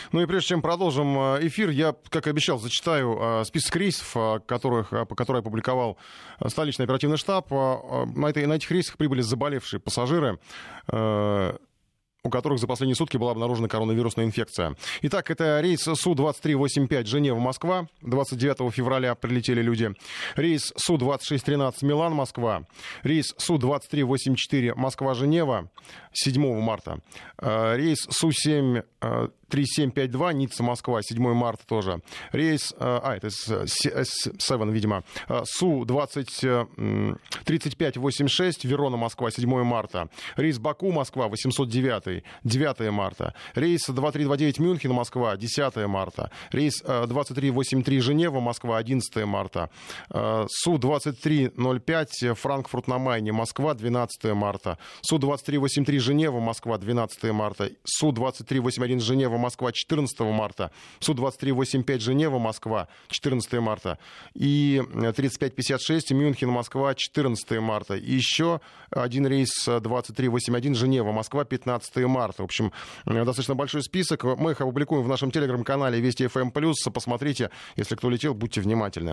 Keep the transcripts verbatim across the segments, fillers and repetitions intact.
Ну и прежде чем продолжим эфир, я, как и обещал, зачитаю список рейсов, которых, по которым опубликовал столичный оперативный штаб. На, этой, на этих рейсах прибыли заболевшие пассажиры, у которых за последние сутки была обнаружена коронавирусная инфекция. Итак, это рейс Су двадцать три восемьдесят пять Женева-Москва. двадцать девятого февраля прилетели люди. Рейс Су двадцать шесть тринадцать Милан-Москва. Рейс Су двадцать три восемьдесят четыре Москва-Женева седьмого марта. Рейс Су семь тридцать семь пятьдесят два Ницца-Москва седьмого марта тоже. Рейс, а, это семь, видимо. Су двадцать тридцать пять восемьдесят шесть Верона-Москва седьмого марта. Рейс Баку-Москва восемьсот девять девятого марта. Рейс двадцать три двадцать девять Мюнхен-Москва десятого марта. Рейс двадцать три восемьдесят три Женева-Москва одиннадцатого марта. Су двадцать три ноль пять Франкфурт на Майне Москва двенадцатого марта. Су двадцать три восемьдесят три Женева-Москва двенадцатого марта. Су двадцать три восемьдесят один Женева-Москва четырнадцатого марта. Су двадцать три восемьдесят пять Женева-Москва четырнадцатого марта. И тридцать пять пятьдесят шесть Мюнхен-Москва четырнадцатого марта. И еще один рейс двадцать три восемьдесят один Женева-Москва пятнадцатого марта. В общем, достаточно большой список. Мы их опубликуем в нашем телеграм-канале Вести эф эм плюс. Посмотрите, если кто летел, будьте внимательны.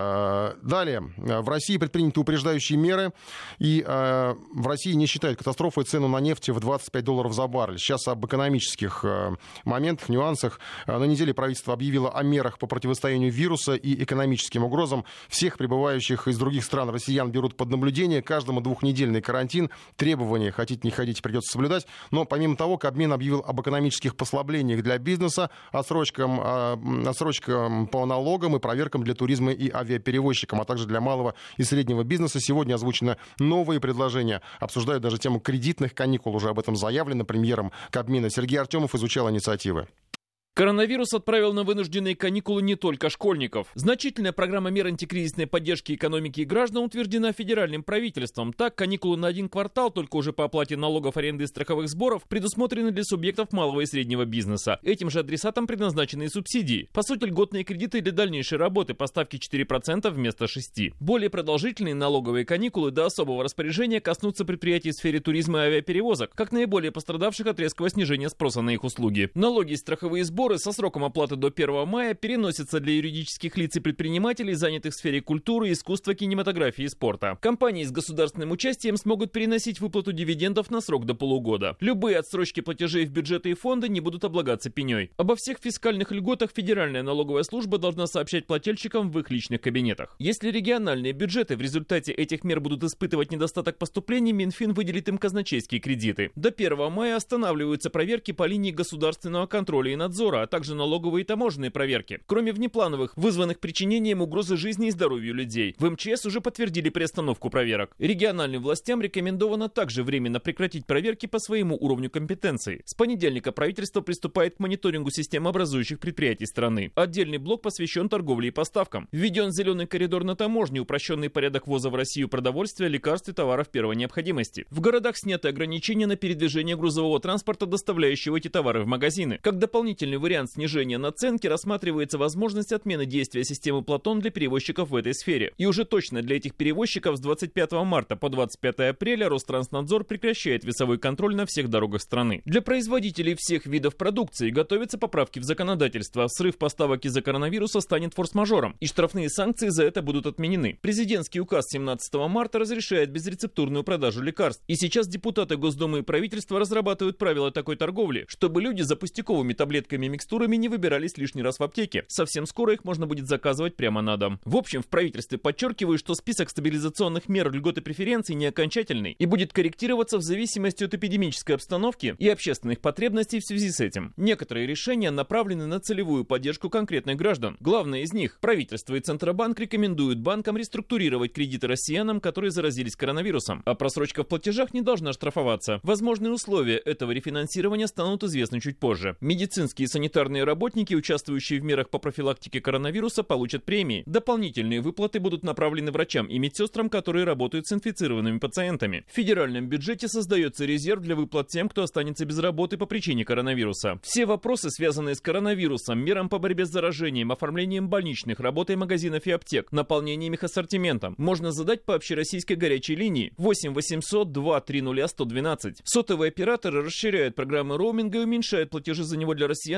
Далее. В России предприняты упреждающие меры. И в России не считают катастрофой цену на нефть в двадцать пять долларов за баррель. Сейчас об экономических моментах, нюансах. На неделе правительство объявило о мерах по противостоянию вируса и экономическим угрозам. Всех прибывающих из других стран россиян берут под наблюдение. Каждому двухнедельный карантин. Требования, хотите не хотите, придется соблюдать. Но помимо того, Кабмин объявил об экономических послаблениях для бизнеса, отсрочкам, отсрочкам по налогам и проверкам для туризма и авиаперевозчикам, а также для малого и среднего бизнеса. Сегодня озвучены новые предложения. Обсуждают даже тему кредитных каникул. Уже об этом заявлено премьером Кабмина. Сергей Артемов изучал инициативы. Коронавирус отправил на вынужденные каникулы не только школьников. Значительная программа мер антикризисной поддержки экономики и граждан утверждена федеральным правительством. Так, каникулы на один квартал, только уже по оплате налогов, аренды и страховых сборов, предусмотрены для субъектов малого и среднего бизнеса. Этим же адресатам предназначены и субсидии. По сути, льготные кредиты для дальнейшей работы по ставке четыре процента вместо шести процентов. Более продолжительные налоговые каникулы до особого распоряжения коснутся предприятий в сфере туризма и авиаперевозок, как наиболее пострадавших от резкого снижения спроса на их услуги. Налоги и страховые сборы со сроком оплаты до первого мая переносятся для юридических лиц и предпринимателей, занятых в сфере культуры, искусства, кинематографии и спорта. Компании с государственным участием смогут переносить выплату дивидендов на срок до полугода. Любые отсрочки платежей в бюджеты и фонды не будут облагаться пеней. Обо всех фискальных льготах Федеральная налоговая служба должна сообщать плательщикам в их личных кабинетах. Если региональные бюджеты в результате этих мер будут испытывать недостаток поступлений, Минфин выделит им казначейские кредиты. До первого мая останавливаются проверки по линии государственного контроля и надзора, а также налоговые и таможенные проверки. Кроме внеплановых, вызванных причинением угрозы жизни и здоровью людей. В эм че эс уже подтвердили приостановку проверок. Региональным властям рекомендовано также временно прекратить проверки по своему уровню компетенции. С понедельника правительство приступает к мониторингу системообразующих предприятий страны. Отдельный блок посвящен торговле и поставкам. Введен зеленый коридор на таможне, упрощенный порядок ввоза в Россию продовольствия, лекарств и товаров первой необходимости. В городах сняты ограничения на передвижение грузового транспорта, доставляющего эти товары в магазины. Как дополнительный вариант снижения наценки рассматривается возможность отмены действия системы Платон для перевозчиков в этой сфере. И уже точно для этих перевозчиков с двадцать пятого марта по двадцать пятое апреля Ространснадзор прекращает весовой контроль на всех дорогах страны. Для производителей всех видов продукции готовятся поправки в законодательство. Срыв поставок из-за коронавируса станет форс-мажором, и штрафные санкции за это будут отменены. Президентский указ семнадцатого марта разрешает безрецептурную продажу лекарств. И сейчас депутаты Госдумы и правительства разрабатывают правила такой торговли, чтобы люди за пустяковыми таблетками и микстурами не выбирались лишний раз в аптеке. Совсем скоро их можно будет заказывать прямо на дом. В общем, в правительстве подчеркивают, что список стабилизационных мер, льгот и преференций не окончательный и будет корректироваться в зависимости от эпидемической обстановки и общественных потребностей в связи с этим. Некоторые решения направлены на целевую поддержку конкретных граждан. Главное из них – правительство и Центробанк рекомендуют банкам реструктурировать кредиты россиянам, которые заразились коронавирусом. А просрочка в платежах не должна штрафоваться. Возможные условия этого рефинансирования станут известны чуть позже. Медицинские и санитарные работники, участвующие в мерах по профилактике коронавируса, получат премии. Дополнительные выплаты будут направлены врачам и медсестрам, которые работают с инфицированными пациентами. В федеральном бюджете создается резерв для выплат тем, кто останется без работы по причине коронавируса. Все вопросы, связанные с коронавирусом, мерам по борьбе с заражением, оформлением больничных, работой магазинов и аптек, наполнением их ассортиментом, можно задать по общероссийской горячей линии восемь восемьсот два триста сто двенадцать. Сотовые операторы расширяют программы роуминга и уменьшают платежи за него для россиян,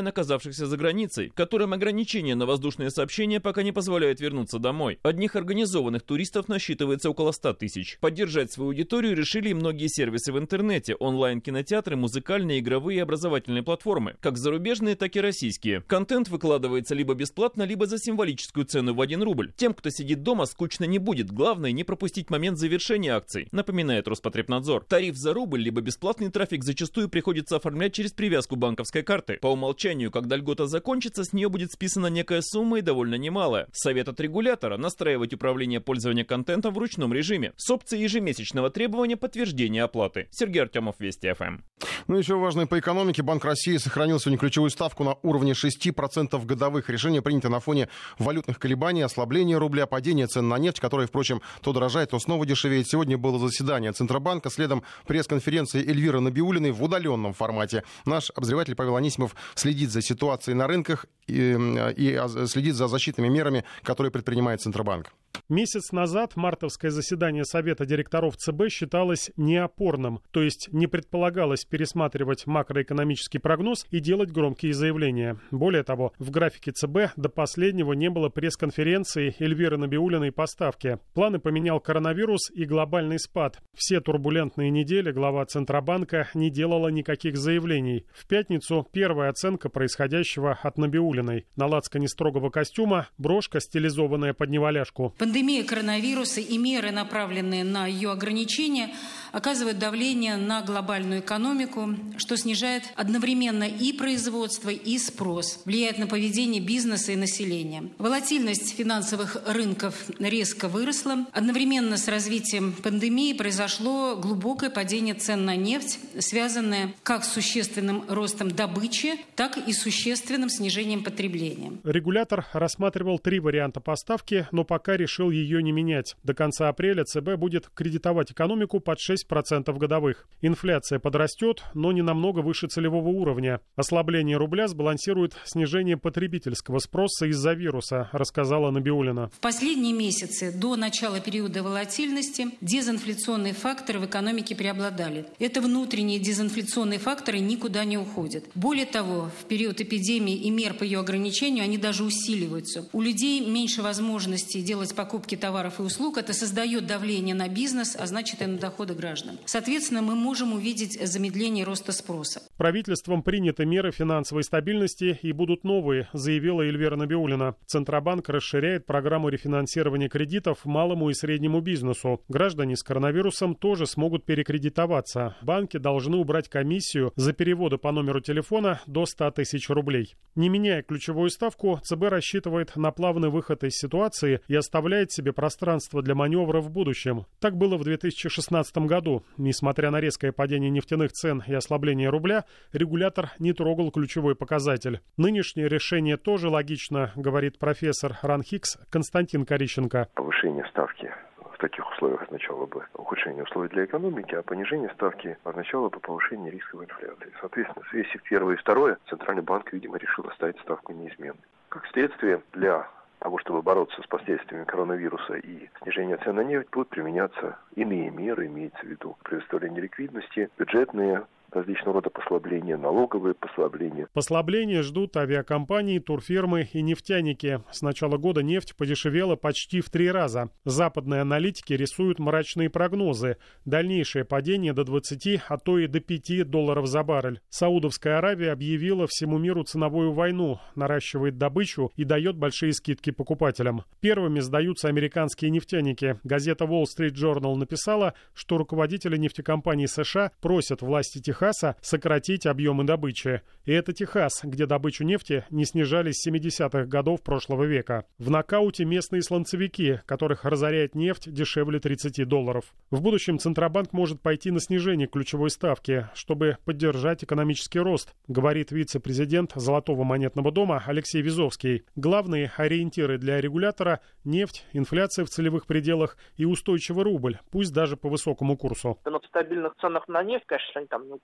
оказавшихся за границей, которым ограничения на воздушные сообщения пока не позволяют вернуться домой. Одних организованных туристов насчитывается около ста тысяч. Поддержать свою аудиторию решили и многие сервисы в интернете, онлайн-кинотеатры, музыкальные, игровые и образовательные платформы, как зарубежные, так и российские. Контент выкладывается либо бесплатно, либо за символическую цену в один рубль. Тем, кто сидит дома, скучно не будет. Главное, не пропустить момент завершения акций, напоминает Роспотребнадзор. Тариф за рубль, либо бесплатный трафик зачастую приходится оформлять через привязку банковской карты. По умолчанию, когда льгота закончится, с нее будет списана некая сумма и довольно немалая. Совет от регулятора – настраивать управление пользования контентом в ручном режиме с опцией ежемесячного требования подтверждения оплаты. Сергей Артемов, Вести ФМ. Ну, еще важно по экономике. Банк России сохранил сегодня ключевую ставку на уровне шесть процентов годовых. Решение принято на фоне валютных колебаний, ослабления рубля, падения цен на нефть, которая, впрочем, то дорожает, то снова дешевеет. Сегодня было заседание Центробанка, следом пресс-конференция Эльвиры Набиуллиной в удаленном формате. Наш обозреватель Павел Анисимов следит за ситуацией на рынках и, и следит за защитными мерами, которые предпринимает Центробанк. Месяц назад мартовское заседание Совета директоров ЦБ считалось неопорным, то есть не предполагалось пересматривать макроэкономический прогноз и делать громкие заявления. Более того, в графике ЦБ до последнего не было пресс-конференции Эльвиры Набиуллиной по ставке. Планы поменял коронавирус и глобальный спад. Все турбулентные недели глава Центробанка не делала никаких заявлений. В пятницу первая оценка происходящего от Набиуллиной. На лацкане строгого костюма брошка, стилизованная под неваляшку. Пандемия коронавируса и меры, направленные на ее ограничение, оказывают давление на глобальную экономику, что снижает одновременно и производство, и спрос, влияет на поведение бизнеса и населения. Волатильность финансовых рынков резко выросла. Одновременно с развитием пандемии произошло глубокое падение цен на нефть, связанное как с существенным ростом добычи, так и с существенным снижением потребления. Регулятор рассматривал три варианта поставки, но пока решил ее не менять. До конца апреля ЦБ будет кредитовать экономику под шесть процентов годовых. Инфляция подрастет, но не намного выше целевого уровня. Ослабление рубля сбалансирует снижение потребительского спроса из-за вируса, рассказала Набиуллина. В последние месяцы до начала периода волатильности дезинфляционные факторы в экономике преобладали. Это внутренние дезинфляционные факторы никуда не уходят. Более того, в период эпидемии и мер по ее ограничению они даже усиливаются. У людей меньше возможностей делать покупки товаров и услуг. Это создает давление на бизнес, а значит и на доходы граждан. Соответственно, мы можем увидеть замедление роста спроса. Правительством приняты меры финансовой стабильности и будут новые, заявила Эльвира Набиуллина. Центробанк расширяет программу рефинансирования кредитов малому и среднему бизнесу. Граждане с коронавирусом тоже смогут перекредитоваться. Банки должны убрать комиссию за переводы по номеру телефона до ста тысяч рублей. Не меняя ключевую ставку, ЦБ рассчитывает на плавный выход из ситуации и оставляет себе пространство для маневра в будущем. Так было в две тысячи шестнадцатом году. Несмотря на резкое падение нефтяных цен и ослабление рубля, регулятор не трогал ключевой показатель. Нынешнее решение тоже логично, говорит профессор РАНХИКС Константин Корищенко. Повышение ставки в таких условиях означало бы ухудшение условий для экономики, а понижение ставки означало бы повышение рисковой инфляции. Соответственно, взвесив первое и второе, Центральный банк, видимо, решил оставить ставку неизменной. Как следствие, для того, чтобы бороться с последствиями коронавируса и снижения цен на нефть, будут применяться иные меры, имеется в виду предоставление ликвидности, бюджетные различного рода послабления, налоговые послабления. Послабления ждут авиакомпании, турфирмы и нефтяники. С начала года нефть подешевела почти в три раза. Западные аналитики рисуют мрачные прогнозы. Дальнейшее падение до двадцати, а то и до пяти долларов за баррель. Саудовская Аравия объявила всему миру ценовую войну, наращивает добычу и дает большие скидки покупателям. Первыми сдаются американские нефтяники. Газета Wall Street Journal написала, что руководители нефтекомпаний США просят власти Техаса Техаса сократить объемы добычи. И это Техас, где добычу нефти не снижали с семидесятых годов прошлого века. В нокауте местные сланцевики, которых разоряет нефть дешевле тридцати долларов. В будущем Центробанк может пойти на снижение ключевой ставки, чтобы поддержать экономический рост, говорит вице-президент Золотого монетного дома Алексей Визовский. Главные ориентиры для регулятора – нефть, инфляция в целевых пределах и устойчивый рубль, пусть даже по высокому курсу. На стабильных ценах на нефть, конечно, они там не упадут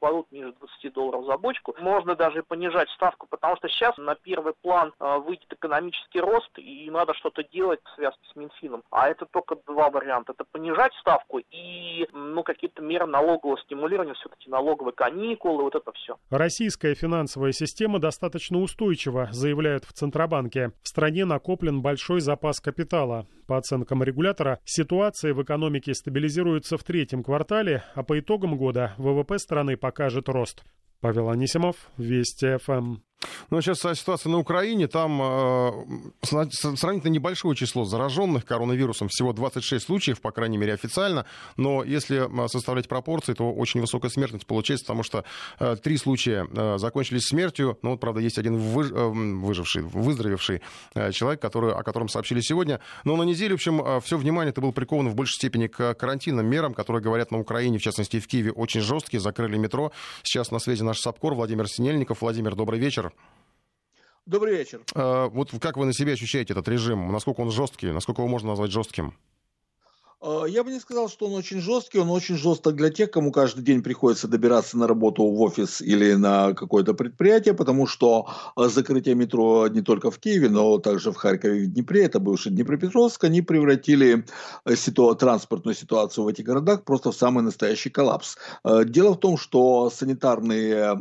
упадут ниже двадцати долларов за бочку. Можно даже понижать ставку, потому что сейчас на первый план выйдет экономический рост, и надо что-то делать в связке с Минфином. А это только два варианта. Это понижать ставку и ну, какие-то меры налогового стимулирования, все-таки налоговые каникулы, вот это все. Российская финансовая система достаточно устойчива, заявляют в Центробанке. В стране накоплен большой запас капитала. По оценкам регулятора, ситуация в экономике стабилизируется в третьем квартале, а по итогам года ВВП страны покажет рост. Павел Анисимов, Вести ФМ. Ну, сейчас ситуация на Украине. Там э, сравнительно небольшое число зараженных коронавирусом. Всего двадцать шесть случаев, по крайней мере, официально. Но если составлять пропорции, то очень высокая смертность получается, потому что э, три случая э, закончились смертью. Ну, вот, правда, есть один выж, э, выживший, выздоровевший э, человек, который, о котором сообщили сегодня. Но на неделю, в общем, э, все внимание это было приковано в большей степени к карантинным мерам, которые, говорят, на Украине, в частности, в Киеве, очень жесткие. Закрыли метро. Сейчас на связи наш САПКОР Владимир Синельников. Владимир, добрый вечер. Добрый вечер. А, вот как вы на себе ощущаете этот режим? Насколько он жесткий? Насколько его можно назвать жестким? Я бы не сказал, что он очень жесткий. Он очень жесток для тех, кому каждый день приходится добираться на работу в офис или на какое-то предприятие, потому что закрытие метро не только в Киеве, но также в Харькове и в Днепре, это бывший Днепропетровск, они превратили ситу... транспортную ситуацию в этих городах просто в самый настоящий коллапс. Дело в том, что санитарные,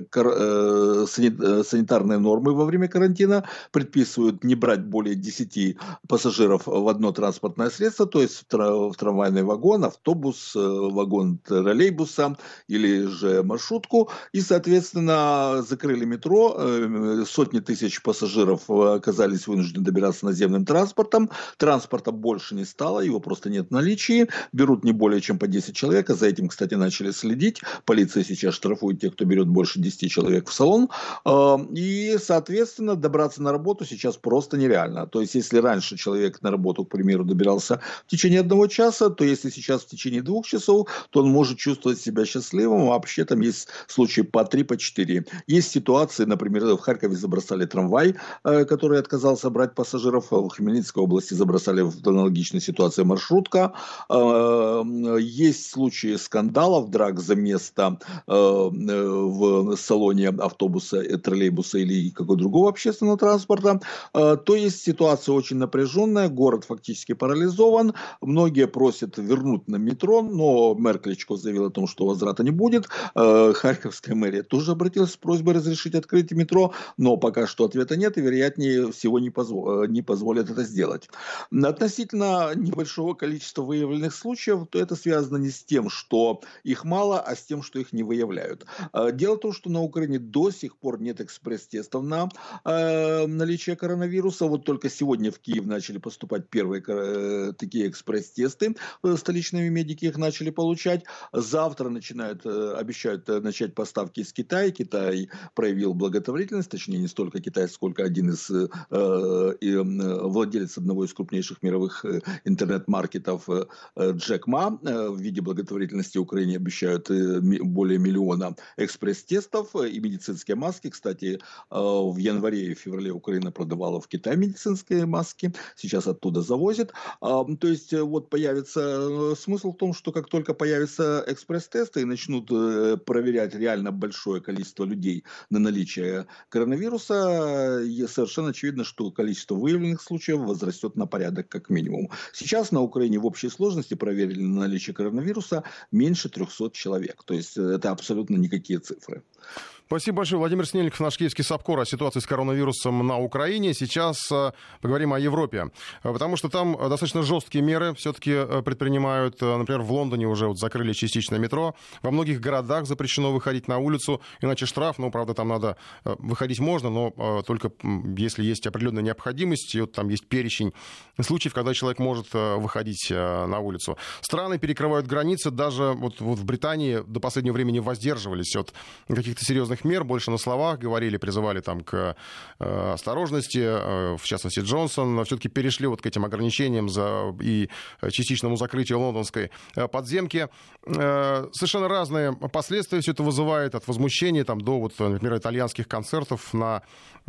санитарные нормы во время карантина предписывают не брать более десяти пассажиров в одно транспортное средство, то есть в трамвайный вагон, автобус, вагон троллейбуса или же маршрутку. И, соответственно, закрыли метро. Сотни тысяч пассажиров оказались вынуждены добираться наземным транспортом. Транспорта больше не стало, его просто нет в наличии. Берут не более чем по десять человек. За этим, кстати, начали следить. Полиция сейчас штрафует тех, кто берет больше десяти человек в салон. И, соответственно, добраться на работу сейчас просто нереально. То есть, если раньше человек на работу, к примеру, добирался в течение одного часа, то если сейчас в течение двух часов, то он может чувствовать себя счастливым. А вообще там есть случаи по три, по четыре. Есть ситуации, например, в Харькове забросали трамвай, который отказался брать пассажиров. В Хмельницкой области забросали в аналогичной ситуации маршрутка. Есть случаи скандалов, драк за место в салоне автобуса, троллейбуса или какого-то другого общественного транспорта. То есть ситуация очень напряженная, город фактически парализован. Многие просят вернуть на метро, но мэр Кличко заявил о том, что возврата не будет. Харьковская мэрия тоже обратилась с просьбой разрешить открыть метро, но пока что ответа нет и, вероятнее всего, не, позво- не позволят это сделать. Относительно небольшого количества выявленных случаев, то это связано не с тем, что их мало, а с тем, что их не выявляют. Дело в том, что на Украине до сих пор нет экспресс-тестов на э, наличие коронавируса. Вот только сегодня в Киев начали поступать первые э, такие экспресс-тесты. Столичные медики их начали получать. Завтра начинают, обещают начать поставки из Китая. Китай проявил благотворительность, точнее не столько Китай, сколько один из э, э, владелец одного из крупнейших мировых интернет-маркетов э, Джек Ма. Э, в виде благотворительности Украине обещают э, более миллиона экспресс-тестов и медицинские маски. Кстати, э, в январе и феврале Украина продавала в Китай медицинские маски. Сейчас оттуда завозит. Э, то есть вот появится смысл в том, что как только появятся экспресс-тесты и начнут проверять реально большое количество людей на наличие коронавируса, совершенно очевидно, что количество выявленных случаев возрастет на порядок как минимум. Сейчас на Украине в общей сложности проверили на наличие коронавируса меньше трехсот человек. То есть это абсолютно никакие цифры. Спасибо большое. Владимир Синельников, наш киевский САПКОР, о ситуации с коронавирусом на Украине. Сейчас э, поговорим о Европе, потому что там достаточно жесткие меры все-таки предпринимают. Например, в Лондоне уже вот закрыли частично метро. Во многих городах запрещено выходить на улицу, иначе штраф. Ну, правда, там надо выходить можно, но э, только если есть определенная необходимость. И вот там есть перечень случаев, когда человек может э, выходить э, на улицу. Страны перекрывают границы. Даже вот, вот в Британии до последнего времени воздерживались от каких-то серьезных мер, больше на словах говорили, призывали там к э, осторожности, э, в частности Джонсон, все-таки перешли вот к этим ограничениям за, и частичному закрытию лондонской э, подземки. Э, совершенно разные последствия все это вызывает, от возмущения там, до, вот, например, итальянских концертов на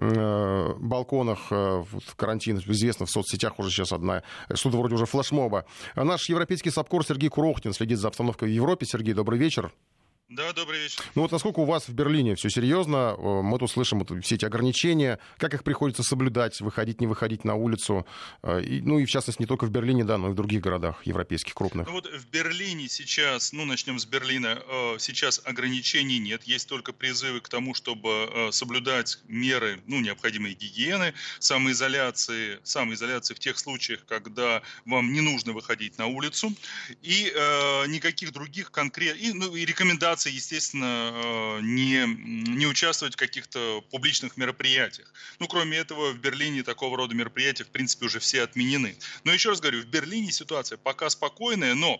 э, балконах, э, вот, карантин, известно в соцсетях уже сейчас одна, что-то вроде уже флешмоба. Наш европейский САПКОР Сергей Курохтин следит за обстановкой в Европе. Сергей, добрый вечер. Да, добрый вечер. Ну вот насколько у вас в Берлине все серьезно? Мы тут слышим вот все эти ограничения, как их приходится соблюдать, выходить, не выходить на улицу. И, ну и в частности не только в Берлине, да, но и в других городах европейских крупных. Ну вот в Берлине сейчас, ну начнем с Берлина, сейчас ограничений нет. Есть только призывы к тому, чтобы соблюдать меры, ну, необходимой гигиены, самоизоляции, самоизоляции в тех случаях, когда вам не нужно выходить на улицу. И э, никаких других конкретных, и, ну, и рекомендаций, естественно, не, не участвовать в каких-то публичных мероприятиях. Ну, кроме этого, в Берлине такого рода мероприятия, в принципе, уже все отменены. Но еще раз говорю, в Берлине ситуация пока спокойная, но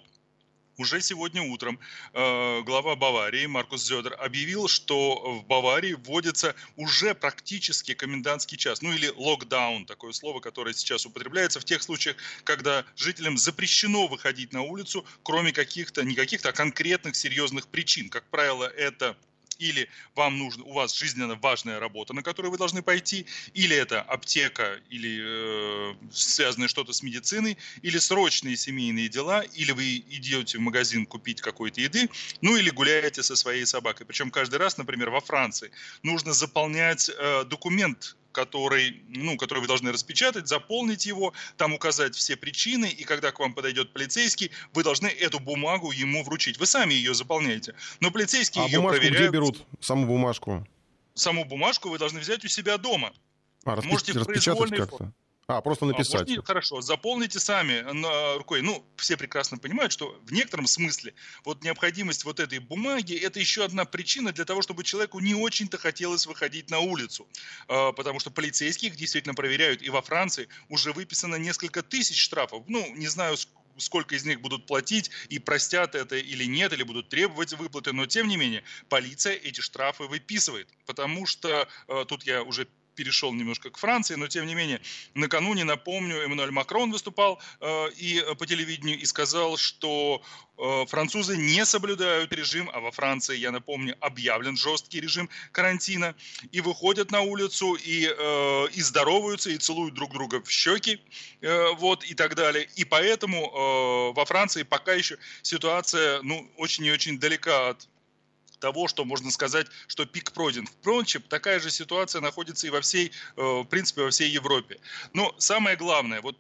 уже сегодня утром э, глава Баварии Маркус Зёдер объявил, что в Баварии вводится уже практически комендантский час, ну или локдаун, такое слово, которое сейчас употребляется в тех случаях, когда жителям запрещено выходить на улицу, кроме каких-то, не каких-то, а конкретных серьезных причин. Как правило, это или вам нужно, у вас жизненно важная работа, на которую вы должны пойти, или это аптека, или э, связанное что-то с медициной, или срочные семейные дела, или вы идете в магазин купить какой-то еды, ну или гуляете со своей собакой. Причем каждый раз, например, во Франции нужно заполнять э, документ, который, ну, который вы должны распечатать, заполнить его, там указать все причины, и когда к вам подойдет полицейский, вы должны эту бумагу ему вручить. Вы сами ее заполняете, но полицейские а ее бумажку проверяют. Где берут саму бумажку? Саму бумажку вы должны взять у себя дома. А, распи- Можете распечатать как-то? Форме. А, просто написать. А, можете, хорошо, заполните сами на, рукой. Ну, все прекрасно понимают, что в некотором смысле вот необходимость вот этой бумаги – это еще одна причина для того, чтобы человеку не очень-то хотелось выходить на улицу. А, потому что полицейские их действительно проверяют. И во Франции уже выписано несколько тысяч штрафов. Ну, не знаю, сколько из них будут платить и простят это или нет, или будут требовать выплаты. Но, тем не менее, полиция эти штрафы выписывает. Потому что, а, тут я уже перешел немножко к Франции, но тем не менее, накануне, напомню, Эммануэль Макрон выступал э, и по телевидению и сказал, что э, французы не соблюдают режим, а во Франции, я напомню, объявлен жесткий режим карантина, и выходят на улицу, и, э, и здороваются, и целуют друг друга в щеки, э, вот, и так далее. И поэтому э, во Франции пока еще ситуация, ну, очень и очень далека от того, что можно сказать, что пик пройден. Впрочем, такая же ситуация находится и во всей, в принципе, во всей Европе. Но самое главное, вот,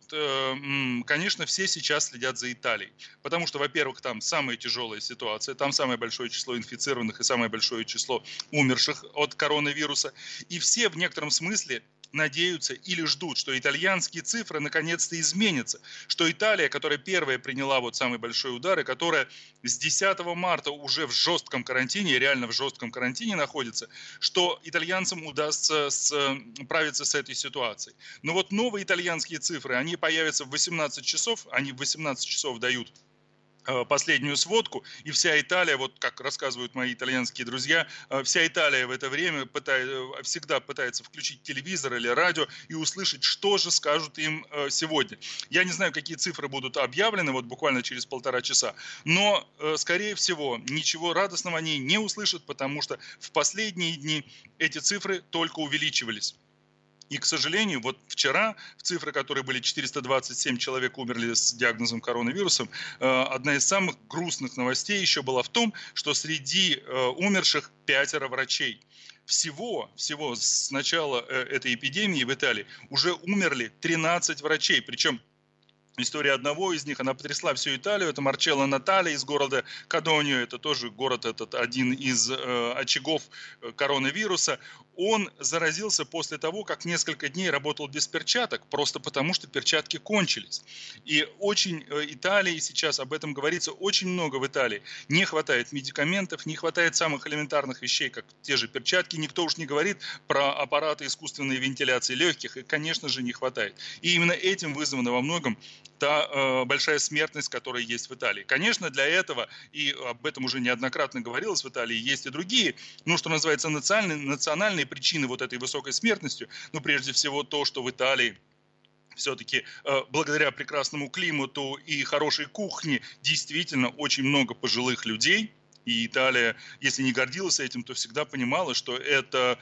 конечно, все сейчас следят за Италией, потому что, во-первых, там самая тяжелая ситуация, там самое большое число инфицированных и самое большое число умерших от коронавируса, и все в некотором смысле надеются или ждут, что итальянские цифры наконец-то изменятся, что Италия, которая первая приняла вот самый большой удар, и которая с десятого марта уже в жестком карантине, реально в жестком карантине находится, что итальянцам удастся справиться с этой ситуацией. Но вот новые итальянские цифры, они появятся в восемнадцать часов, они в восемнадцать часов дают последнюю сводку, и вся Италия, вот как рассказывают мои итальянские друзья, вся Италия в это время пытает, всегда пытается включить телевизор или радио и услышать, что же скажут им сегодня. Я не знаю, какие цифры будут объявлены, вот буквально через полтора часа, но, скорее всего, ничего радостного они не услышат, потому что в последние дни эти цифры только увеличивались. И, к сожалению, вот вчера в цифры, которые были четыреста двадцать семь человек умерли с диагнозом коронавирусом, одна из самых грустных новостей еще была в том, что среди умерших пятеро врачей. Всего, всего с начала этой эпидемии в Италии уже умерли тринадцать врачей, причем история одного из них, она потрясла всю Италию. Это Марчелло Натали из города Кадонио. Это тоже город, этот один из э, очагов коронавируса. Он заразился после того, как несколько дней работал без перчаток, просто потому что перчатки кончились. И очень э, Италии сейчас, об этом говорится очень много в Италии. Не хватает медикаментов, не хватает самых элементарных вещей, как те же перчатки. Никто уж не говорит про аппараты искусственной вентиляции легких. И, конечно же, не хватает. И именно этим вызвано во многом та э, большая смертность, которая есть в Италии. Конечно, для этого, и об этом уже неоднократно говорилось в Италии, есть и другие, ну, что называется, национальные, национальные причины вот этой высокой смертности. Ну, прежде всего, то, что в Италии все-таки э, благодаря прекрасному климату и хорошей кухне действительно очень много пожилых людей. И Италия, если не гордилась этим, то всегда понимала, что это,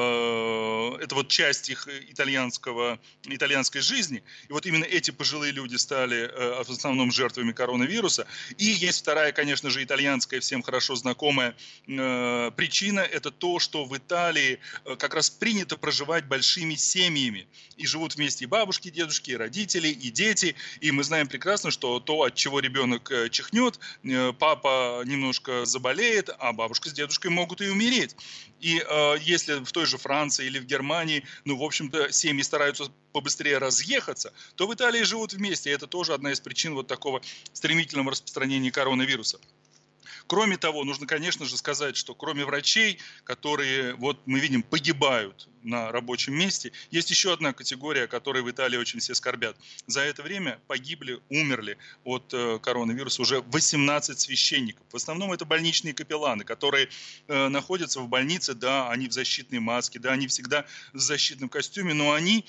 э, это вот часть их итальянского, итальянской жизни. И вот именно эти пожилые люди стали э, в основном жертвами коронавируса. И есть вторая, конечно же, итальянская, всем хорошо знакомая э, причина. Это то, что в Италии э, как раз принято проживать большими семьями. И живут вместе и бабушки, и дедушки, и родители, и дети. И мы знаем прекрасно, что то, от чего ребенок э, чихнет, э, папа немножко заболеет, а бабушка с дедушкой могут и умереть. И э, если в той же Франции или в Германии, ну, в общем-то, семьи стараются побыстрее разъехаться, то в Италии живут вместе. И это тоже одна из причин вот такого стремительного распространения коронавируса. Кроме того, нужно, конечно же, сказать, что кроме врачей, которые, вот мы видим, погибают на рабочем месте, есть еще одна категория, о которой в Италии очень все скорбят. За это время погибли, умерли от э, коронавируса уже восемнадцать священников. В основном это больничные капелланы, которые э, находятся в больнице, да, они в защитной маске, да, они всегда в защитном костюме, но они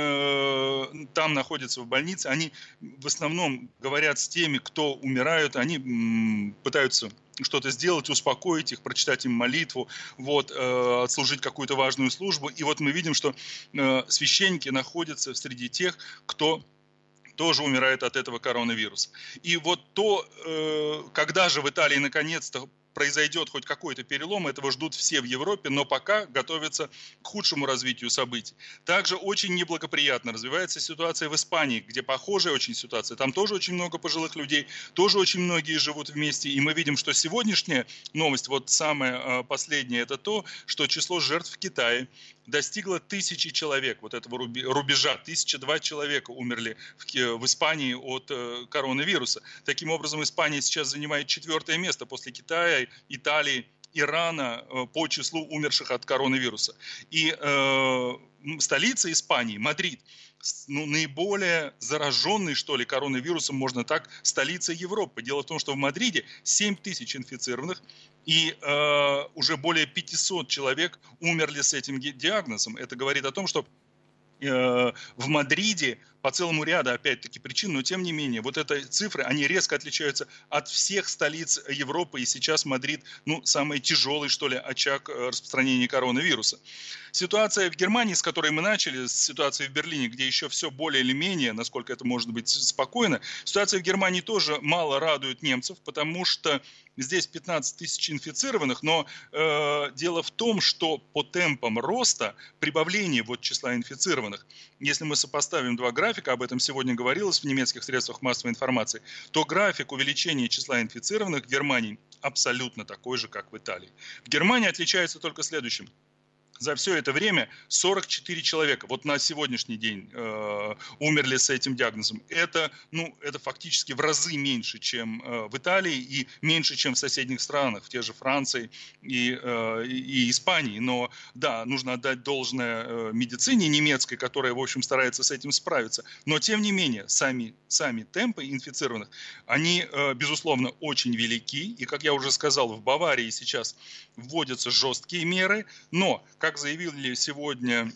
э, там находятся в больнице, они в основном говорят с теми, кто умирают, они м, пытаются что-то сделать, успокоить их, прочитать им молитву, вот, э, отслужить какую-то важную службу. И вот мы видим, что э, священники находятся среди тех, кто тоже умирает от этого коронавируса. И вот то, э, когда же в Италии наконец-то произойдет хоть какой-то перелом, этого ждут все в Европе, но пока готовятся к худшему развитию событий. Также очень неблагоприятно развивается ситуация в Испании, где похожая очень ситуация. Там тоже очень много пожилых людей, тоже очень многие живут вместе. И мы видим, что сегодняшняя новость, вот самая последняя, это то, что число жертв в Китае достигло тысячи человек, вот этого рубежа. Тысяча два человека умерли в, в Испании от э, коронавируса. Таким образом, Испания сейчас занимает четвертое место после Китая, Италии, Ирана э, по числу умерших от коронавируса. И э, столица Испании, Мадрид, ну, наиболее зараженный, что ли, коронавирусом, можно так, столица Европы. Дело в том, что в Мадриде семь тысяч инфицированных, и э, уже более пятьсот человек умерли с этим диагнозом. Это говорит о том, что э, в Мадриде по целому ряду, опять-таки, причин, но тем не менее, вот эти цифры, они резко отличаются от всех столиц Европы, и сейчас Мадрид, ну, самый тяжелый, что ли, очаг распространения коронавируса. Ситуация в Германии, с которой мы начали, с ситуацией в Берлине, где еще все более или менее, насколько это может быть, спокойно, ситуация в Германии тоже мало радует немцев, потому что здесь пятнадцать тысяч инфицированных, но э, дело в том, что по темпам роста, прибавления вот числа инфицированных, если мы сопоставим два графика, об этом сегодня говорилось в немецких средствах массовой информации, то график увеличения числа инфицированных в Германии абсолютно такой же, как в Италии. В Германии отличается только следующим. За все это время сорок четыре человека, вот на сегодняшний день, э, умерли с этим диагнозом. Это, ну, это фактически в разы меньше, чем э, в Италии, и меньше, чем в соседних странах, в те же Франции и, э, и Испании. Но да, нужно отдать должное э, медицине немецкой, которая, в общем, старается с этим справиться. Но, тем не менее, сами, сами темпы инфицированных, они, э, безусловно, очень велики. И, как я уже сказал, в Баварии сейчас вводятся жесткие меры, но, как заявили сегодня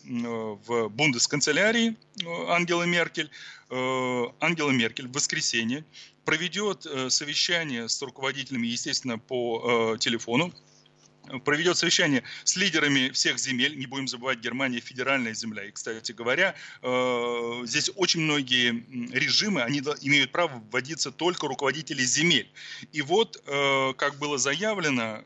в бундесканцелярии Ангела Меркель, Ангела Меркель в воскресенье проведет совещание с руководителями, естественно, по телефону, проведет совещание с лидерами всех земель. Не будем забывать, Германия федеральная земля. И, кстати говоря, здесь очень многие режимы, они имеют право вводиться только руководители земель. И вот, как было заявлено,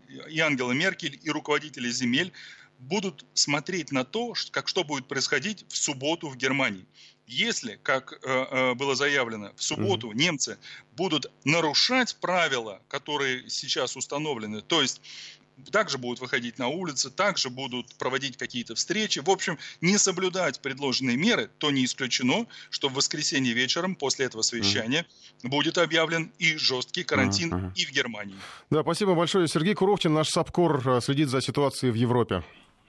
и Ангела Меркель, и руководители земель будут смотреть на то, как что будет происходить в субботу в Германии. Если, как э, было заявлено, в субботу mm-hmm. немцы будут нарушать правила, которые сейчас установлены, то есть также будут выходить на улицы, также будут проводить какие-то встречи, в общем, не соблюдать предложенные меры, то не исключено, что в воскресенье вечером после этого совещания mm-hmm. будет объявлен и жесткий карантин mm-hmm. и в Германии. Да, спасибо большое. Сергей Куровкин, наш САПКОР, следит за ситуацией в Европе.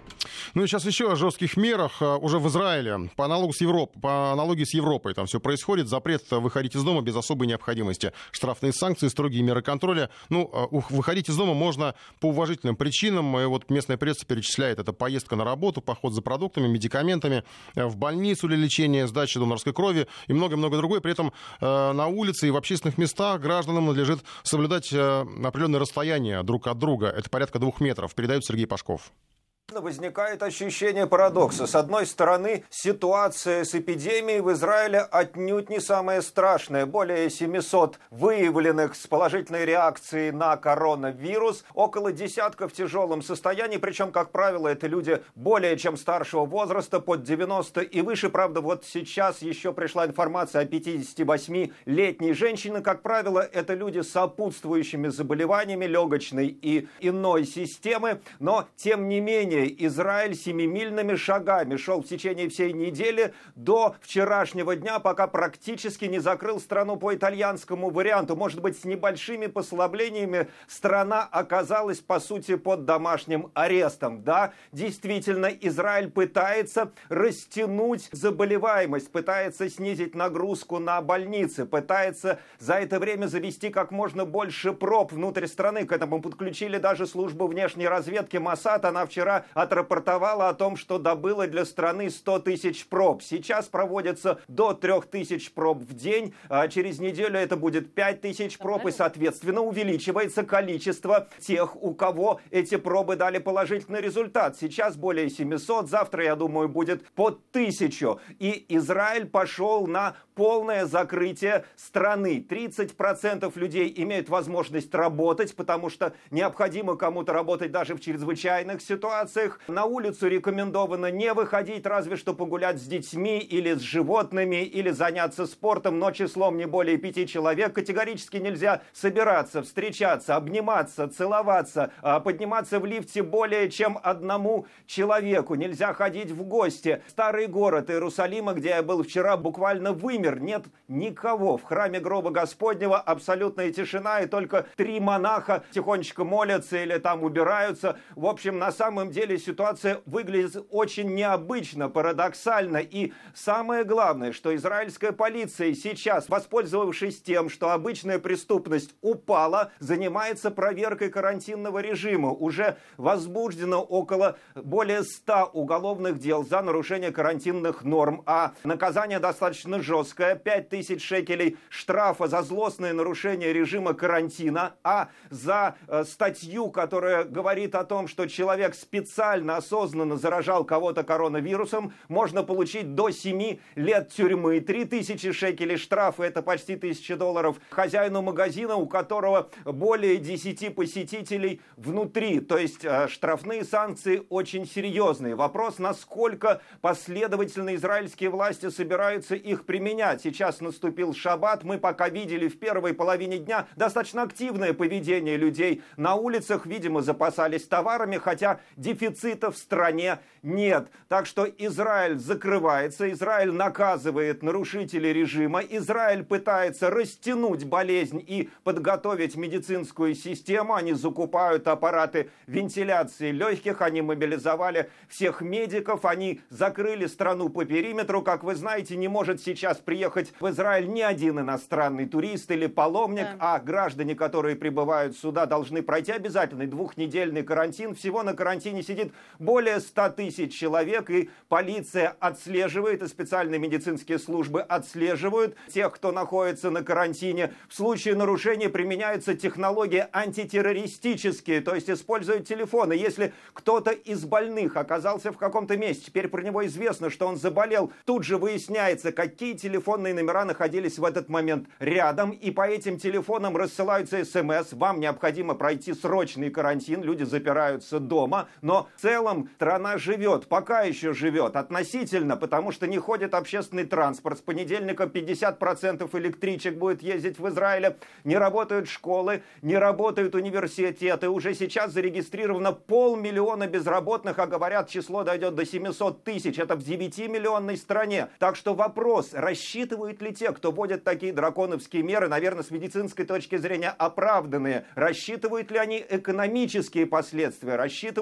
Ну и сейчас еще о жестких мерах. Уже в Израиле, по аналогу с Европой, по аналогии с Европой, там все происходит. Запрет выходить из дома без особой необходимости. Штрафные санкции, строгие меры контроля. Ну, выходить из дома можно по уважительным причинам. И вот местная пресса перечисляет: это поездка на работу, поход за продуктами, медикаментами, в больницу для лечения, сдача донорской крови и много-много другое. При этом на улице и в общественных местах гражданам надлежит соблюдать определенное расстояние друг от друга. Это порядка двух метров, передает Сергей Пашков. Возникает ощущение парадокса. С одной стороны, ситуация с эпидемией в Израиле отнюдь не самая страшная. Более семисот выявленных с положительной реакцией на коронавирус. Около десятка в тяжелом состоянии. Причем, как правило, это люди более чем старшего возраста, под девяносто и выше. Правда, вот сейчас еще пришла информация о пятидесятивосьмилетней женщине. Как правило, это люди с сопутствующими заболеваниями легочной и иной системы. Но, тем не менее, Израиль семимильными шагами шел в течение всей недели до вчерашнего дня, пока практически не закрыл страну по итальянскому варианту. Может быть, с небольшими послаблениями страна оказалась, по сути, под домашним арестом. Да, действительно, Израиль пытается растянуть заболеваемость, пытается снизить нагрузку на больницы, пытается за это время завести как можно больше проб внутрь страны. К этому подключили даже службу внешней разведки Моссад. Она вчера отрапортовала о том, что добыла для страны сто тысяч проб. Сейчас проводится до трех тысяч проб в день. А через неделю это будет пять тысяч проб. И, соответственно, увеличивается количество тех, у кого эти пробы дали положительный результат. Сейчас более семисот. Завтра, я думаю, будет под тысячу. И Израиль пошел на полное закрытие страны. тридцать процентов людей имеют возможность работать, потому что необходимо кому-то работать даже в чрезвычайных ситуациях. На улицу рекомендовано не выходить, разве что погулять с детьми или с животными, или заняться спортом, но числом не более пяти человек. Категорически нельзя собираться, встречаться, обниматься, целоваться, подниматься в лифте более чем одному человеку. Нельзя ходить в гости. Старый город Иерусалима, где я был вчера, буквально вымер. Нет никого. В храме гроба Господнего абсолютная тишина, и только три монаха тихонечко молятся или там убираются. В общем, на самом деле ситуация выглядит очень необычно, парадоксально. И самое главное, что израильская полиция сейчас, воспользовавшись тем, что обычная преступность упала, занимается проверкой карантинного режима. Уже возбуждено около более ста уголовных дел за нарушение карантинных норм, а наказание достаточно жесткое. пять тысяч шекелей штрафа за злостное нарушение режима карантина, а за э, статью, которая говорит о том, что человек специально специально, осознанно заражал кого-то коронавирусом, можно получить до семи лет тюрьмы. три тысячи шекелей штрафа, это почти тысяча долларов хозяину магазина, у которого более десяти посетителей внутри. То есть штрафные санкции очень серьезные. Вопрос, насколько последовательно израильские власти собираются их применять. Сейчас наступил шаббат, мы пока видели в первой половине дня достаточно активное поведение людей на улицах, видимо, запасались товарами, хотя дефицита в стране нет. Так что Израиль закрывается, Израиль наказывает нарушителей режима, Израиль пытается растянуть болезнь и подготовить медицинскую систему. Они закупают аппараты вентиляции легких, они мобилизовали всех медиков, они закрыли страну по периметру. Как вы знаете, не может сейчас приехать в Израиль ни один иностранный турист или паломник, да. а граждане, которые прибывают сюда, должны пройти обязательный двухнедельный карантин. Всего на карантине сидит более ста тысяч человек, и полиция отслеживает, и специальные медицинские службы отслеживают тех, кто находится на карантине. В случае нарушения применяются технологии антитеррористические, то есть используют телефоны. Если кто-то из больных оказался в каком-то месте, теперь про него известно, что он заболел, тут же выясняется, какие телефонные номера находились в этот момент рядом, и по этим телефонам рассылаются смс: вам необходимо пройти срочный карантин, люди запираются дома. Но в целом страна живет, пока еще живет относительно, потому что не ходит общественный транспорт. С понедельника пятьдесят процентов электричек будет ездить в Израиле, не работают школы, не работают университеты. Уже сейчас зарегистрировано полмиллиона безработных, а говорят, число дойдет до семисот тысяч. Это в девятимиллионной стране. Так что вопрос, рассчитывают ли те, кто вводит такие драконовские меры, наверное, с медицинской точки зрения оправданные, рассчитывают ли они экономические последствия, рассчитывают ли они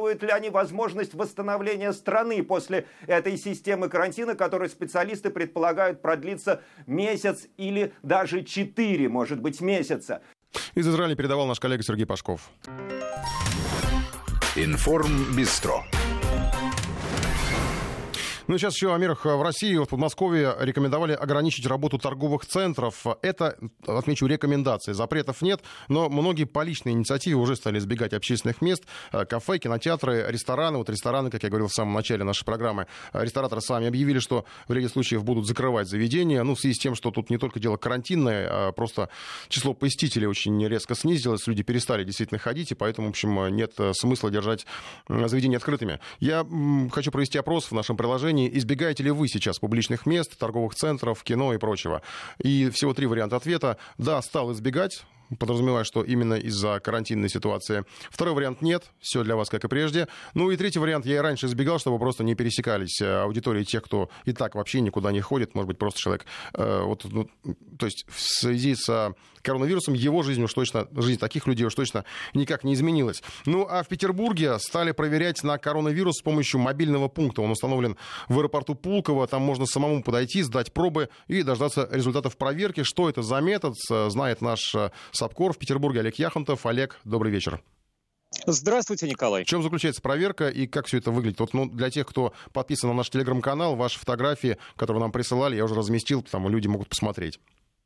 Казахстане возможность восстановления страны после этой системы карантина, которую специалисты предполагают продлиться месяц или даже четыре, может быть, месяца. Из Израиля передавал наш коллега Сергей Пашков. Информбистро. Ну, сейчас еще о мерах в России. В Подмосковье рекомендовали ограничить работу торговых центров. Это, отмечу, рекомендации. Запретов нет, но многие по личной инициативе уже стали избегать общественных мест. Кафе, кинотеатры, рестораны. Вот рестораны, как я говорил в самом начале нашей программы, рестораторы сами объявили, что в ряде случаев будут закрывать заведения. Ну, в связи с тем, что тут не только дело карантинное, а просто число посетителей очень резко снизилось. Люди перестали действительно ходить, и поэтому, в общем, нет смысла держать заведения открытыми. Я хочу провести опрос в нашем приложении. Избегаете ли вы сейчас публичных мест, торговых центров, кино и прочего? И всего три варианта ответа. Да, стал избегать. Подразумеваю, что именно из-за карантинной ситуации. Второй вариант — нет, все для вас как и прежде. Ну и третий вариант — я и раньше избегал, чтобы просто не пересекались аудитории тех, кто и так вообще никуда не ходит. Может быть, просто человек... Э, вот, ну, то есть в связи с коронавирусом его жизнь уж точно, жизнь таких людей уж точно никак не изменилась. Ну а в Петербурге стали проверять на коронавирус с помощью мобильного пункта. Он установлен в аэропорту Пулково. Там можно самому подойти, сдать пробы и дождаться результатов проверки. Что это за метод, знает наш САПКОР в Петербурге Олег Яхонтов. Олег, добрый вечер. Здравствуйте, Николай. В чем заключается проверка и как все это выглядит? Вот, ну, для тех, кто подписан на наш телеграм-канал, ваши фотографии, которые нам присылали, я уже разместил, там люди могут посмотреть.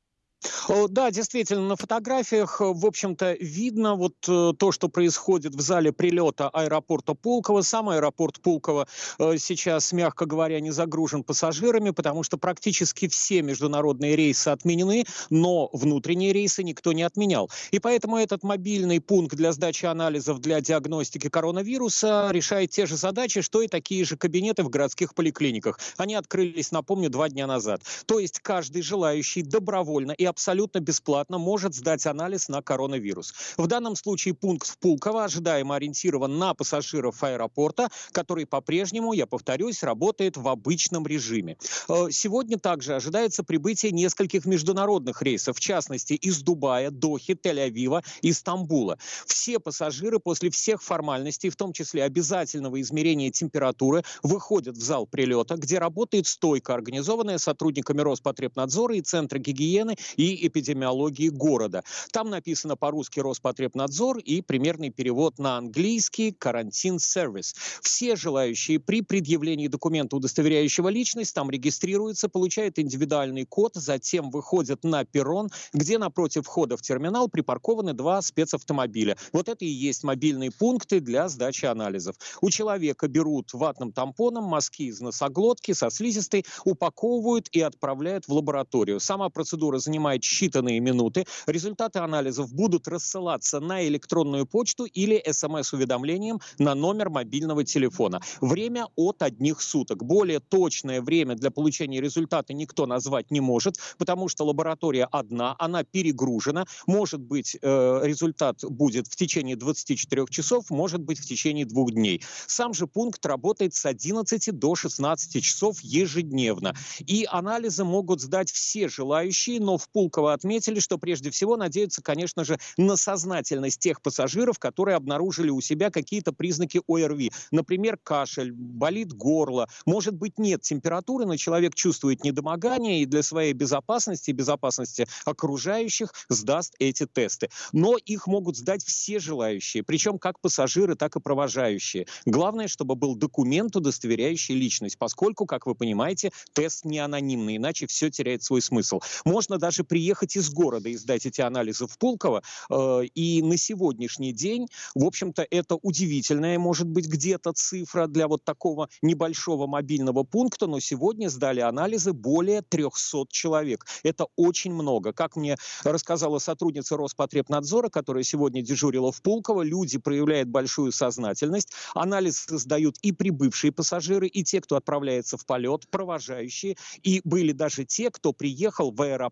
Да, действительно, на фотографиях, в общем-то, видно вот то, что происходит в зале прилета аэропорта Пулково. Сам аэропорт Пулково сейчас, мягко говоря, не загружен пассажирами, потому что практически все международные рейсы отменены, но внутренние рейсы никто не отменял. И поэтому этот мобильный пункт для сдачи анализов для диагностики коронавируса решает те же задачи, что и такие же кабинеты в городских поликлиниках. Они открылись, напомню, два дня назад. То есть каждый желающий добровольно и абсолютно бесплатно может сдать анализ на коронавирус. В данном случае пункт в Пулково ожидаемо ориентирован на пассажиров аэропорта, который по-прежнему, я повторюсь, работает в обычном режиме. Сегодня также ожидается прибытие нескольких международных рейсов, в частности, из Дубая, Дохи, Тель-Авива и Стамбула. Все пассажиры после всех формальностей, в том числе обязательного измерения температуры, выходят в зал прилета, где работает стойка, организованная сотрудниками Роспотребнадзора и Центра гигиены и эпидемиологии города. Там написано по-русски Роспотребнадзор и примерный перевод на английский «Карантин сервис». Все желающие при предъявлении документа, удостоверяющего личность, там регистрируются, получают индивидуальный код, затем выходят на перрон, где напротив входа в терминал припаркованы два спецавтомобиля. Вот это и есть мобильные пункты для сдачи анализов. У человека берут ватным тампоном мазки из носоглотки со слизистой, упаковывают и отправляют в лабораторию. Сама процедура занимает считанные минуты. Результаты анализов будут рассылаться на электронную почту или смс-уведомлением на номер мобильного телефона. Время от одних суток. Более точное время для получения результата никто назвать не может, потому что лаборатория одна, она перегружена. Может быть, э, результат будет в течение двадцати четырёх часов, может быть, в течение двух дней. Сам же пункт работает с одиннадцати до шестнадцати часов ежедневно. И анализы могут сдать все желающие, но в Пулково отметили, что прежде всего надеются, конечно же, на сознательность тех пассажиров, которые обнаружили у себя какие-то признаки ОРВИ. Например, кашель, болит горло, может быть, нет температуры, но человек чувствует недомогание и для своей безопасности и безопасности окружающих сдаст эти тесты. Но их могут сдать все желающие, причем как пассажиры, так и провожающие. Главное, чтобы был документ, удостоверяющий личность, поскольку, как вы понимаете, тест не анонимный, иначе все теряет свой смысл. Можно даже приехать из города и сдать эти анализы в Пулково. Э, и на сегодняшний день, в общем-то, это удивительная, может быть, где-то цифра для вот такого небольшого мобильного пункта, но сегодня сдали анализы более трехсот человек. Это очень много. Как мне рассказала сотрудница Роспотребнадзора, которая сегодня дежурила в Пулково, люди проявляют большую сознательность. Анализы сдают и прибывшие пассажиры, и те, кто отправляется в полет, провожающие. И были даже те, кто приехал в аэропорт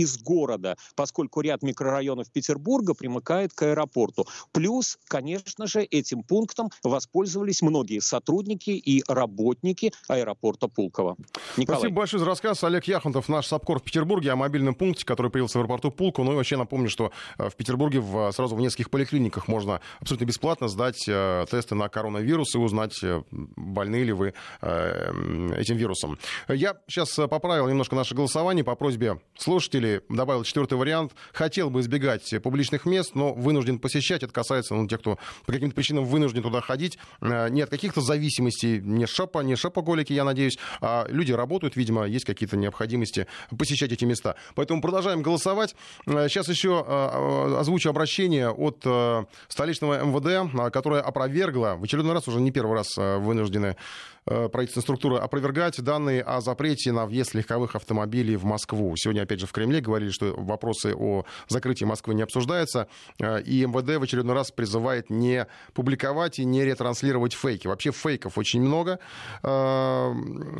из города, поскольку ряд микрорайонов Петербурга примыкает к аэропорту. Плюс, конечно же, этим пунктом воспользовались многие сотрудники и работники аэропорта Пулково. Николай. Спасибо большое за рассказ. Олег Яхонтов, наш САПКОР в Петербурге, о мобильном пункте, который появился в аэропорту Пулково. Ну и вообще напомню, что в Петербурге в, сразу в нескольких поликлиниках можно абсолютно бесплатно сдать э, тесты на коронавирус и узнать, э, больны ли вы э, этим вирусом. Я сейчас поправил немножко наше голосование по просьбе слушателей. Добавил четвертый вариант. Хотел бы избегать публичных мест, но вынужден посещать. Это касается ну, тех, кто по каким-то причинам вынужден туда ходить. Э, нет каких-то зависимостей, не шопа, не шопоголики, я надеюсь. А люди работают, видимо, есть какие-то необходимости посещать эти места. Поэтому продолжаем голосовать. Сейчас еще э, озвучу обращение от э, столичного эм вэ дэ, которое опровергло, в очередной раз, уже не первый раз э, вынуждены э, правительственные структуры опровергать данные о запрете на въезд легковых автомобилей в Москву. Сегодня, опять же, в Кремле говорили, что вопросы о закрытии Москвы не обсуждаются, э, и эм вэ дэ в очередной раз призывает не публиковать и не ретранслировать фейки. Вообще фейков очень много. Э,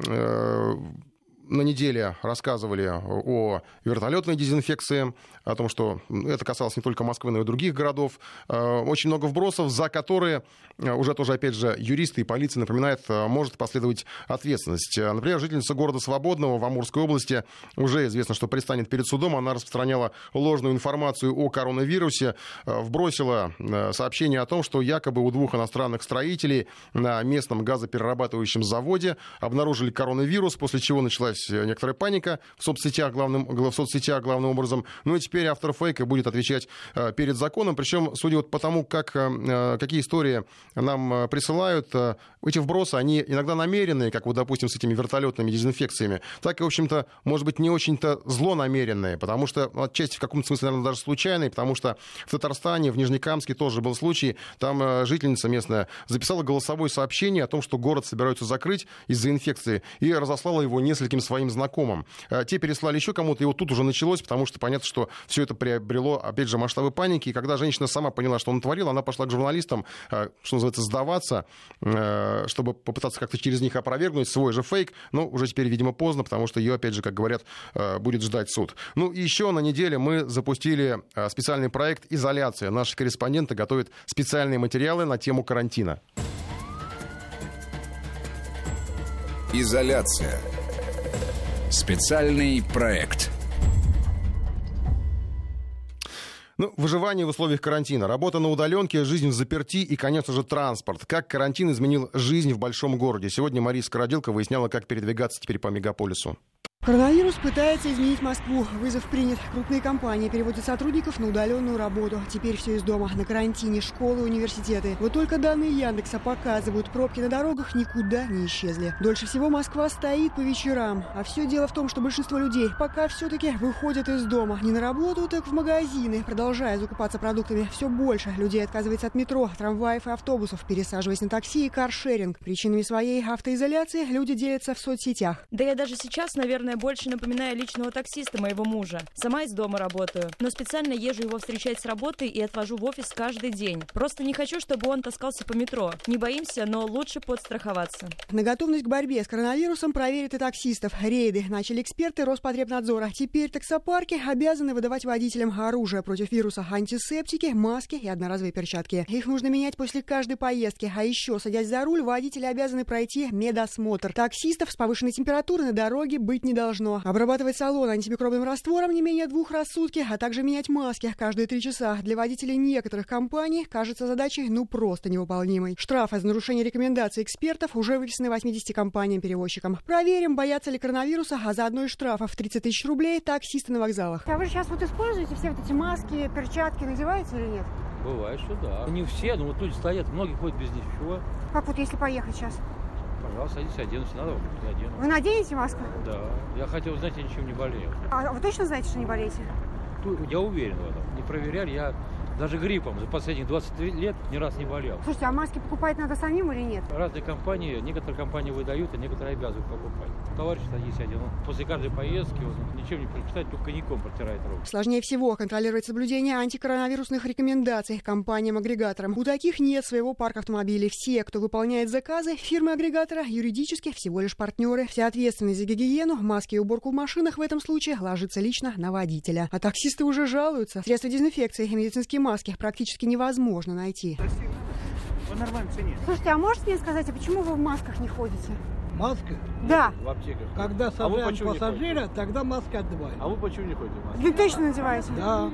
э, На неделе рассказывали о вертолетной дезинфекции, о том, что это касалось не только Москвы, но и других городов. Очень много вбросов, за которые уже тоже, опять же, юристы и полиция напоминают, может последовать ответственность. Например, жительница города Свободного в Амурской области уже известно, что предстанет перед судом. Она распространяла ложную информацию о коронавирусе, вбросила сообщение о том, что якобы у двух иностранных строителей на местном газоперерабатывающем заводе обнаружили коронавирус, после чего началась некоторая паника в соцсетях главным, в соцсетях главным образом. Ну и теперь автор фейка будет отвечать э, перед законом. Причем, судя вот по тому, как, э, какие истории нам э, присылают, э, эти вбросы, они иногда намеренные, как вот, допустим, с этими вертолетными дезинфекциями, так и, в общем-то, может быть, не очень-то злонамеренные, потому что, отчасти, в каком-то смысле, наверное, даже случайные, потому что в Татарстане, в Нижнекамске тоже был случай, там э, жительница местная записала голосовое сообщение о том, что город собираются закрыть из-за инфекции, и разослала его нескольким своим знакомым. Те переслали еще кому-то, и вот тут уже началось, потому что понятно, что все это приобрело, опять же, масштабы паники. И когда женщина сама поняла, что он творил, она пошла к журналистам, что называется, сдаваться, чтобы попытаться как-то через них опровергнуть свой же фейк. Но уже теперь, видимо, поздно, потому что ее, опять же, как говорят, будет ждать суд. Ну и еще на неделе мы запустили специальный проект «Изоляция». Наши корреспонденты готовят специальные материалы на тему карантина. Изоляция. Специальный проект. Ну, выживание в условиях карантина, работа на удаленке, жизнь в заперти и, конечно же, транспорт. Как карантин изменил жизнь в большом городе? Сегодня Мария Скороделка выясняла, как передвигаться теперь по мегаполису. Коронавирус пытается изменить Москву. Вызов принят. Крупные компании переводят сотрудников на удаленную работу. Теперь все из дома. На карантине школы, университеты. Вот только данные Яндекса показывают, пробки на дорогах никуда не исчезли. Дольше всего Москва стоит по вечерам. А все дело в том, что большинство людей пока все-таки выходят из дома. Не на работу, так в магазины. Продолжая закупаться продуктами, все больше людей отказывается от метро, трамваев и автобусов, пересаживаясь на такси и каршеринг. Причинами своей автоизоляции люди делятся в соцсетях. Да я даже сейчас, наверное, больше напоминаю личного таксиста моего мужа. Сама из дома работаю, но специально езжу его встречать с работы и отвожу в офис каждый день. Просто не хочу, чтобы он таскался по метро. Не боимся, но лучше подстраховаться. На готовность к борьбе с коронавирусом проверят и таксистов. Рейды начали эксперты Роспотребнадзора. Теперь таксопарки обязаны выдавать водителям оружие против вируса, антисептики, маски и одноразовые перчатки. Их нужно менять после каждой поездки. А еще, садясь за руль, водители обязаны пройти медосмотр. Таксистов с повышенной температурой на дороге быть не должно. должно. Обрабатывать салон антимикробным раствором не менее двух раз в сутки, а также менять маски каждые три часа. Для водителей некоторых компаний кажется задачей ну просто невыполнимой. Штрафы за нарушение рекомендаций экспертов уже выписаны восьмидесяти компаниям-перевозчикам. Проверим, боятся ли коронавируса, а заодно и штрафов тридцать тысяч рублей таксисты на вокзалах. А вы сейчас вот используете все вот эти маски, перчатки, надеваете или нет? Бывает, что да. Не все, но вот люди стоят, многие ходят без ничего. Как вот если поехать сейчас? Пожалуйста, садитесь, оденусь, надо, я одену. Вы наденете маску? Да. Я хотел, знаете, я ничем не болею. А вы точно знаете, что не болеете? Я уверен в этом. Не проверяли, я Даже гриппом за последние двадцать лет ни разу не болел. Слушайте, а маски покупать надо самим или нет? Разные компании, некоторые компании выдают, а некоторые обязывают покупать. Товарищ есть один, он после каждой поездки он ничем не предпочитает, только коньяком протирает руки. Сложнее всего контролировать соблюдение антикоронавирусных рекомендаций компаниям-агрегаторам. У таких нет своего парка автомобилей. Все, кто выполняет заказы фирмы-агрегатора, юридически всего лишь партнеры. Вся ответственность за гигиену, маски и уборку в машинах в этом случае ложится лично на водителя. А таксисты уже жалуются. Средства дезинфекции и медицинские маски практически невозможно найти. По нормальной цене. Слушайте, а можете мне сказать, а почему вы в масках не ходите? Маска? Да. В аптеках. Когда сажаем а пассажира, тогда маски отдуваем. А вы почему не ходите в маске? Вы точно надеваете? Да.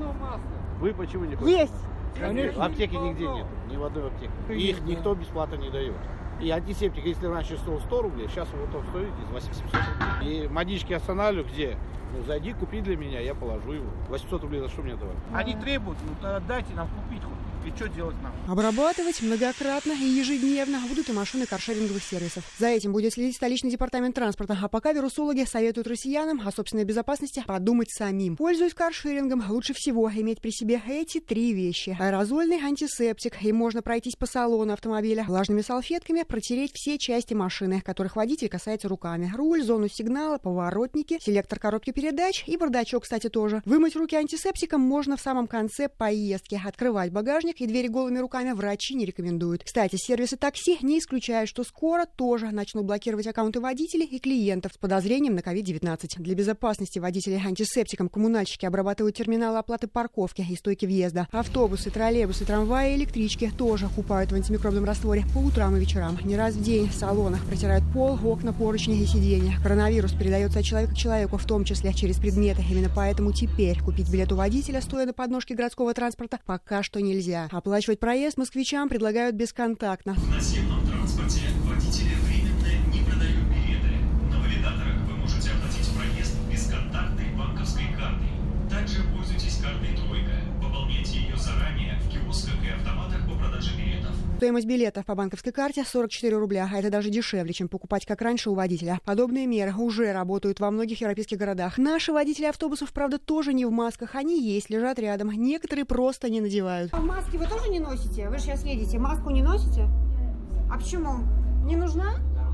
Вы почему не ходите? Есть. Конечно. В аптеке нигде нет, ни в одной аптеке. И их никто бесплатно не дает. И антисептик, если раньше стоил сто рублей, сейчас вот он стоит восемьсот рублей. И водички останавливаю, где? Ну, зайди, купи для меня, я положу его. восемьсот рублей за что мне давать? Они требуют, ну тогда дайте нам купить хоть. И что делать нам? Обрабатывать многократно и ежедневно будут и машины каршеринговых сервисов. За этим будет следить столичный департамент транспорта. А пока вирусологи советуют россиянам о собственной безопасности подумать самим. Пользуясь каршерингом, лучше всего иметь при себе эти три вещи. Аэрозольный антисептик. Им можно пройтись по салону автомобиля. Влажными салфетками протереть все части машины, которых водитель касается руками. Руль, зону сигнала, поворотники, селектор коробки передач и бардачок, кстати, тоже. Вымыть руки антисептиком можно в самом конце поездки. Открывать багажник и двери голыми руками врачи не рекомендуют. Кстати, сервисы такси не исключают, что скоро тоже начнут блокировать аккаунты водителей и клиентов с подозрением на ковид девятнадцать. Для безопасности водителей антисептиком коммунальщики обрабатывают терминалы оплаты парковки и стойки въезда. Автобусы, троллейбусы, трамваи и электрички тоже купают в антимикробном растворе по утрам и вечерам. Не раз в день в салонах протирают пол, окна, поручни и сиденья. Коронавирус передается от человека к человеку, в том числе через предметы. Именно поэтому теперь купить билет у водителя, стоя на подножке городского транспорта, пока что нельзя. Оплачивать проезд москвичам предлагают бесконтактно. В наземном транспорте водители временно не продают билеты. На валидаторах вы можете оплатить проезд бесконтактной банковской картой. Также пользуйтесь картой «Тройка». Пополняйте ее заранее в киосках и автоматах по продаже билетов. Стоимость билетов по банковской карте сорок четыре рубля, а это даже дешевле, чем покупать как раньше у водителя. Подобные меры уже работают во многих европейских городах. Наши водители автобусов, правда, тоже не в масках. Они есть, лежат рядом. Некоторые просто не надевают. А маски вы тоже не носите? Вы же сейчас едете. Маску не носите? А почему? Не нужна?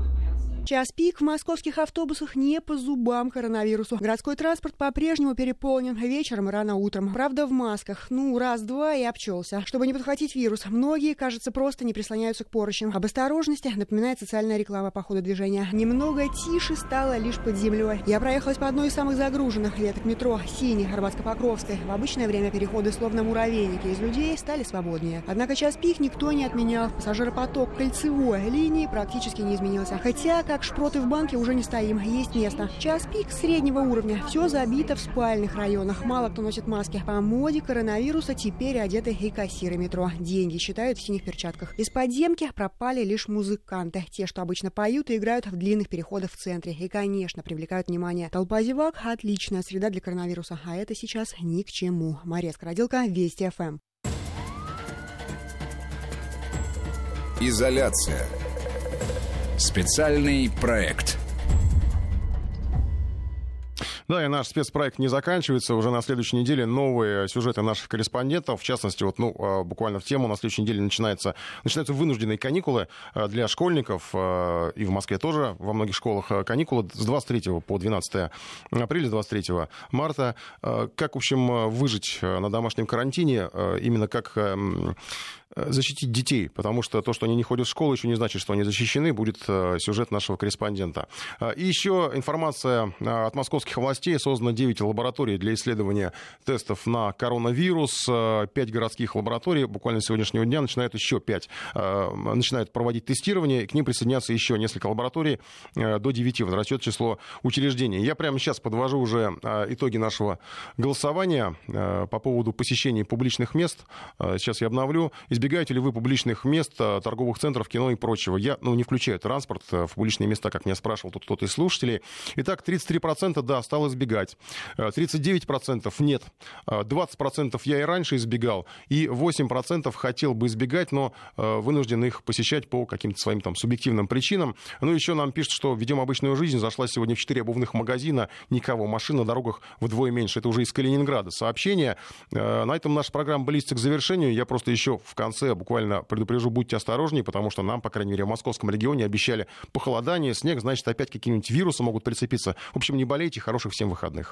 Час пик в московских автобусах не по зубам коронавирусу. Городской транспорт по-прежнему переполнен вечером и рано утром. Правда, в масках. Ну, раз-два и обчелся. Чтобы не подхватить вирус, многие, кажется, просто не прислоняются к поручням. Об осторожности напоминает социальная реклама по ходу движения. Немного тише стало лишь под землей. Я проехалась по одной из самых загруженных веток метро, синей, Арбатско-Покровской. В обычное время переходы, словно муравейники из людей, стали свободнее. Однако час пик никто не отменял. Пассажиропоток кольцевой линии практически не изменился. Хотя, как шпроты в банке, уже не стоим. Есть место. Час пик среднего уровня. Все забито в спальных районах. Мало кто носит маски. По моде коронавируса теперь одеты и кассиры метро. Деньги считают в синих перчатках. Из подземки пропали лишь музыканты. Те, что обычно поют и играют в длинных переходах в центре. И, конечно, привлекают внимание. Толпа зевак – отличная среда для коронавируса. А это сейчас ни к чему. Мария Скородилка, Вести ФМ. Изоляция. Специальный проект. Да, и наш спецпроект не заканчивается. Уже на следующей неделе новые сюжеты наших корреспондентов. В частности, вот, ну, буквально в тему на следующей неделе начинается, начинаются вынужденные каникулы для школьников. И в Москве тоже во многих школах каникулы с двадцать третьего по двенадцатое апреля, с двадцать третьего марта. Как, в общем, выжить на домашнем карантине, именно как защитить детей, потому что то, что они не ходят в школу, еще не значит, что они защищены, будет сюжет нашего корреспондента. И еще информация от московских властей. Создано девять лабораторий для исследования тестов на коронавирус. пять городских лабораторий буквально с сегодняшнего дня начинают еще пять. Начинают проводить тестирование, и к ним присоединятся еще несколько лабораторий. До девяти возрастет число учреждений. Я прямо сейчас подвожу уже итоги нашего голосования по поводу посещения публичных мест. Сейчас я обновлю. Избирательные Избегаете ли вы публичных мест, торговых центров, кино и прочего? Я, ну, не включаю транспорт в публичные места, как меня спрашивал тут кто-то из слушателей. Итак, тридцать три процента, да, стал избегать. тридцать девять процентов нет. двадцать процентов я и раньше избегал. И восемь процентов хотел бы избегать, но вынужден их посещать по каким-то своим там субъективным причинам. Ну, еще нам пишут, что ведем обычную жизнь. Зашла сегодня в четыре обувных магазина. Никого. Машин на дорогах вдвое меньше. Это уже из Калининграда сообщение. На этом наша программа близится к завершению. Я просто еще в конце буквально предупрежу, будьте осторожнее, потому что нам, по крайней мере, в московском регионе обещали похолодание, снег, значит, опять какие-нибудь вирусы могут прицепиться. В общем, не болейте, хороших всем выходных.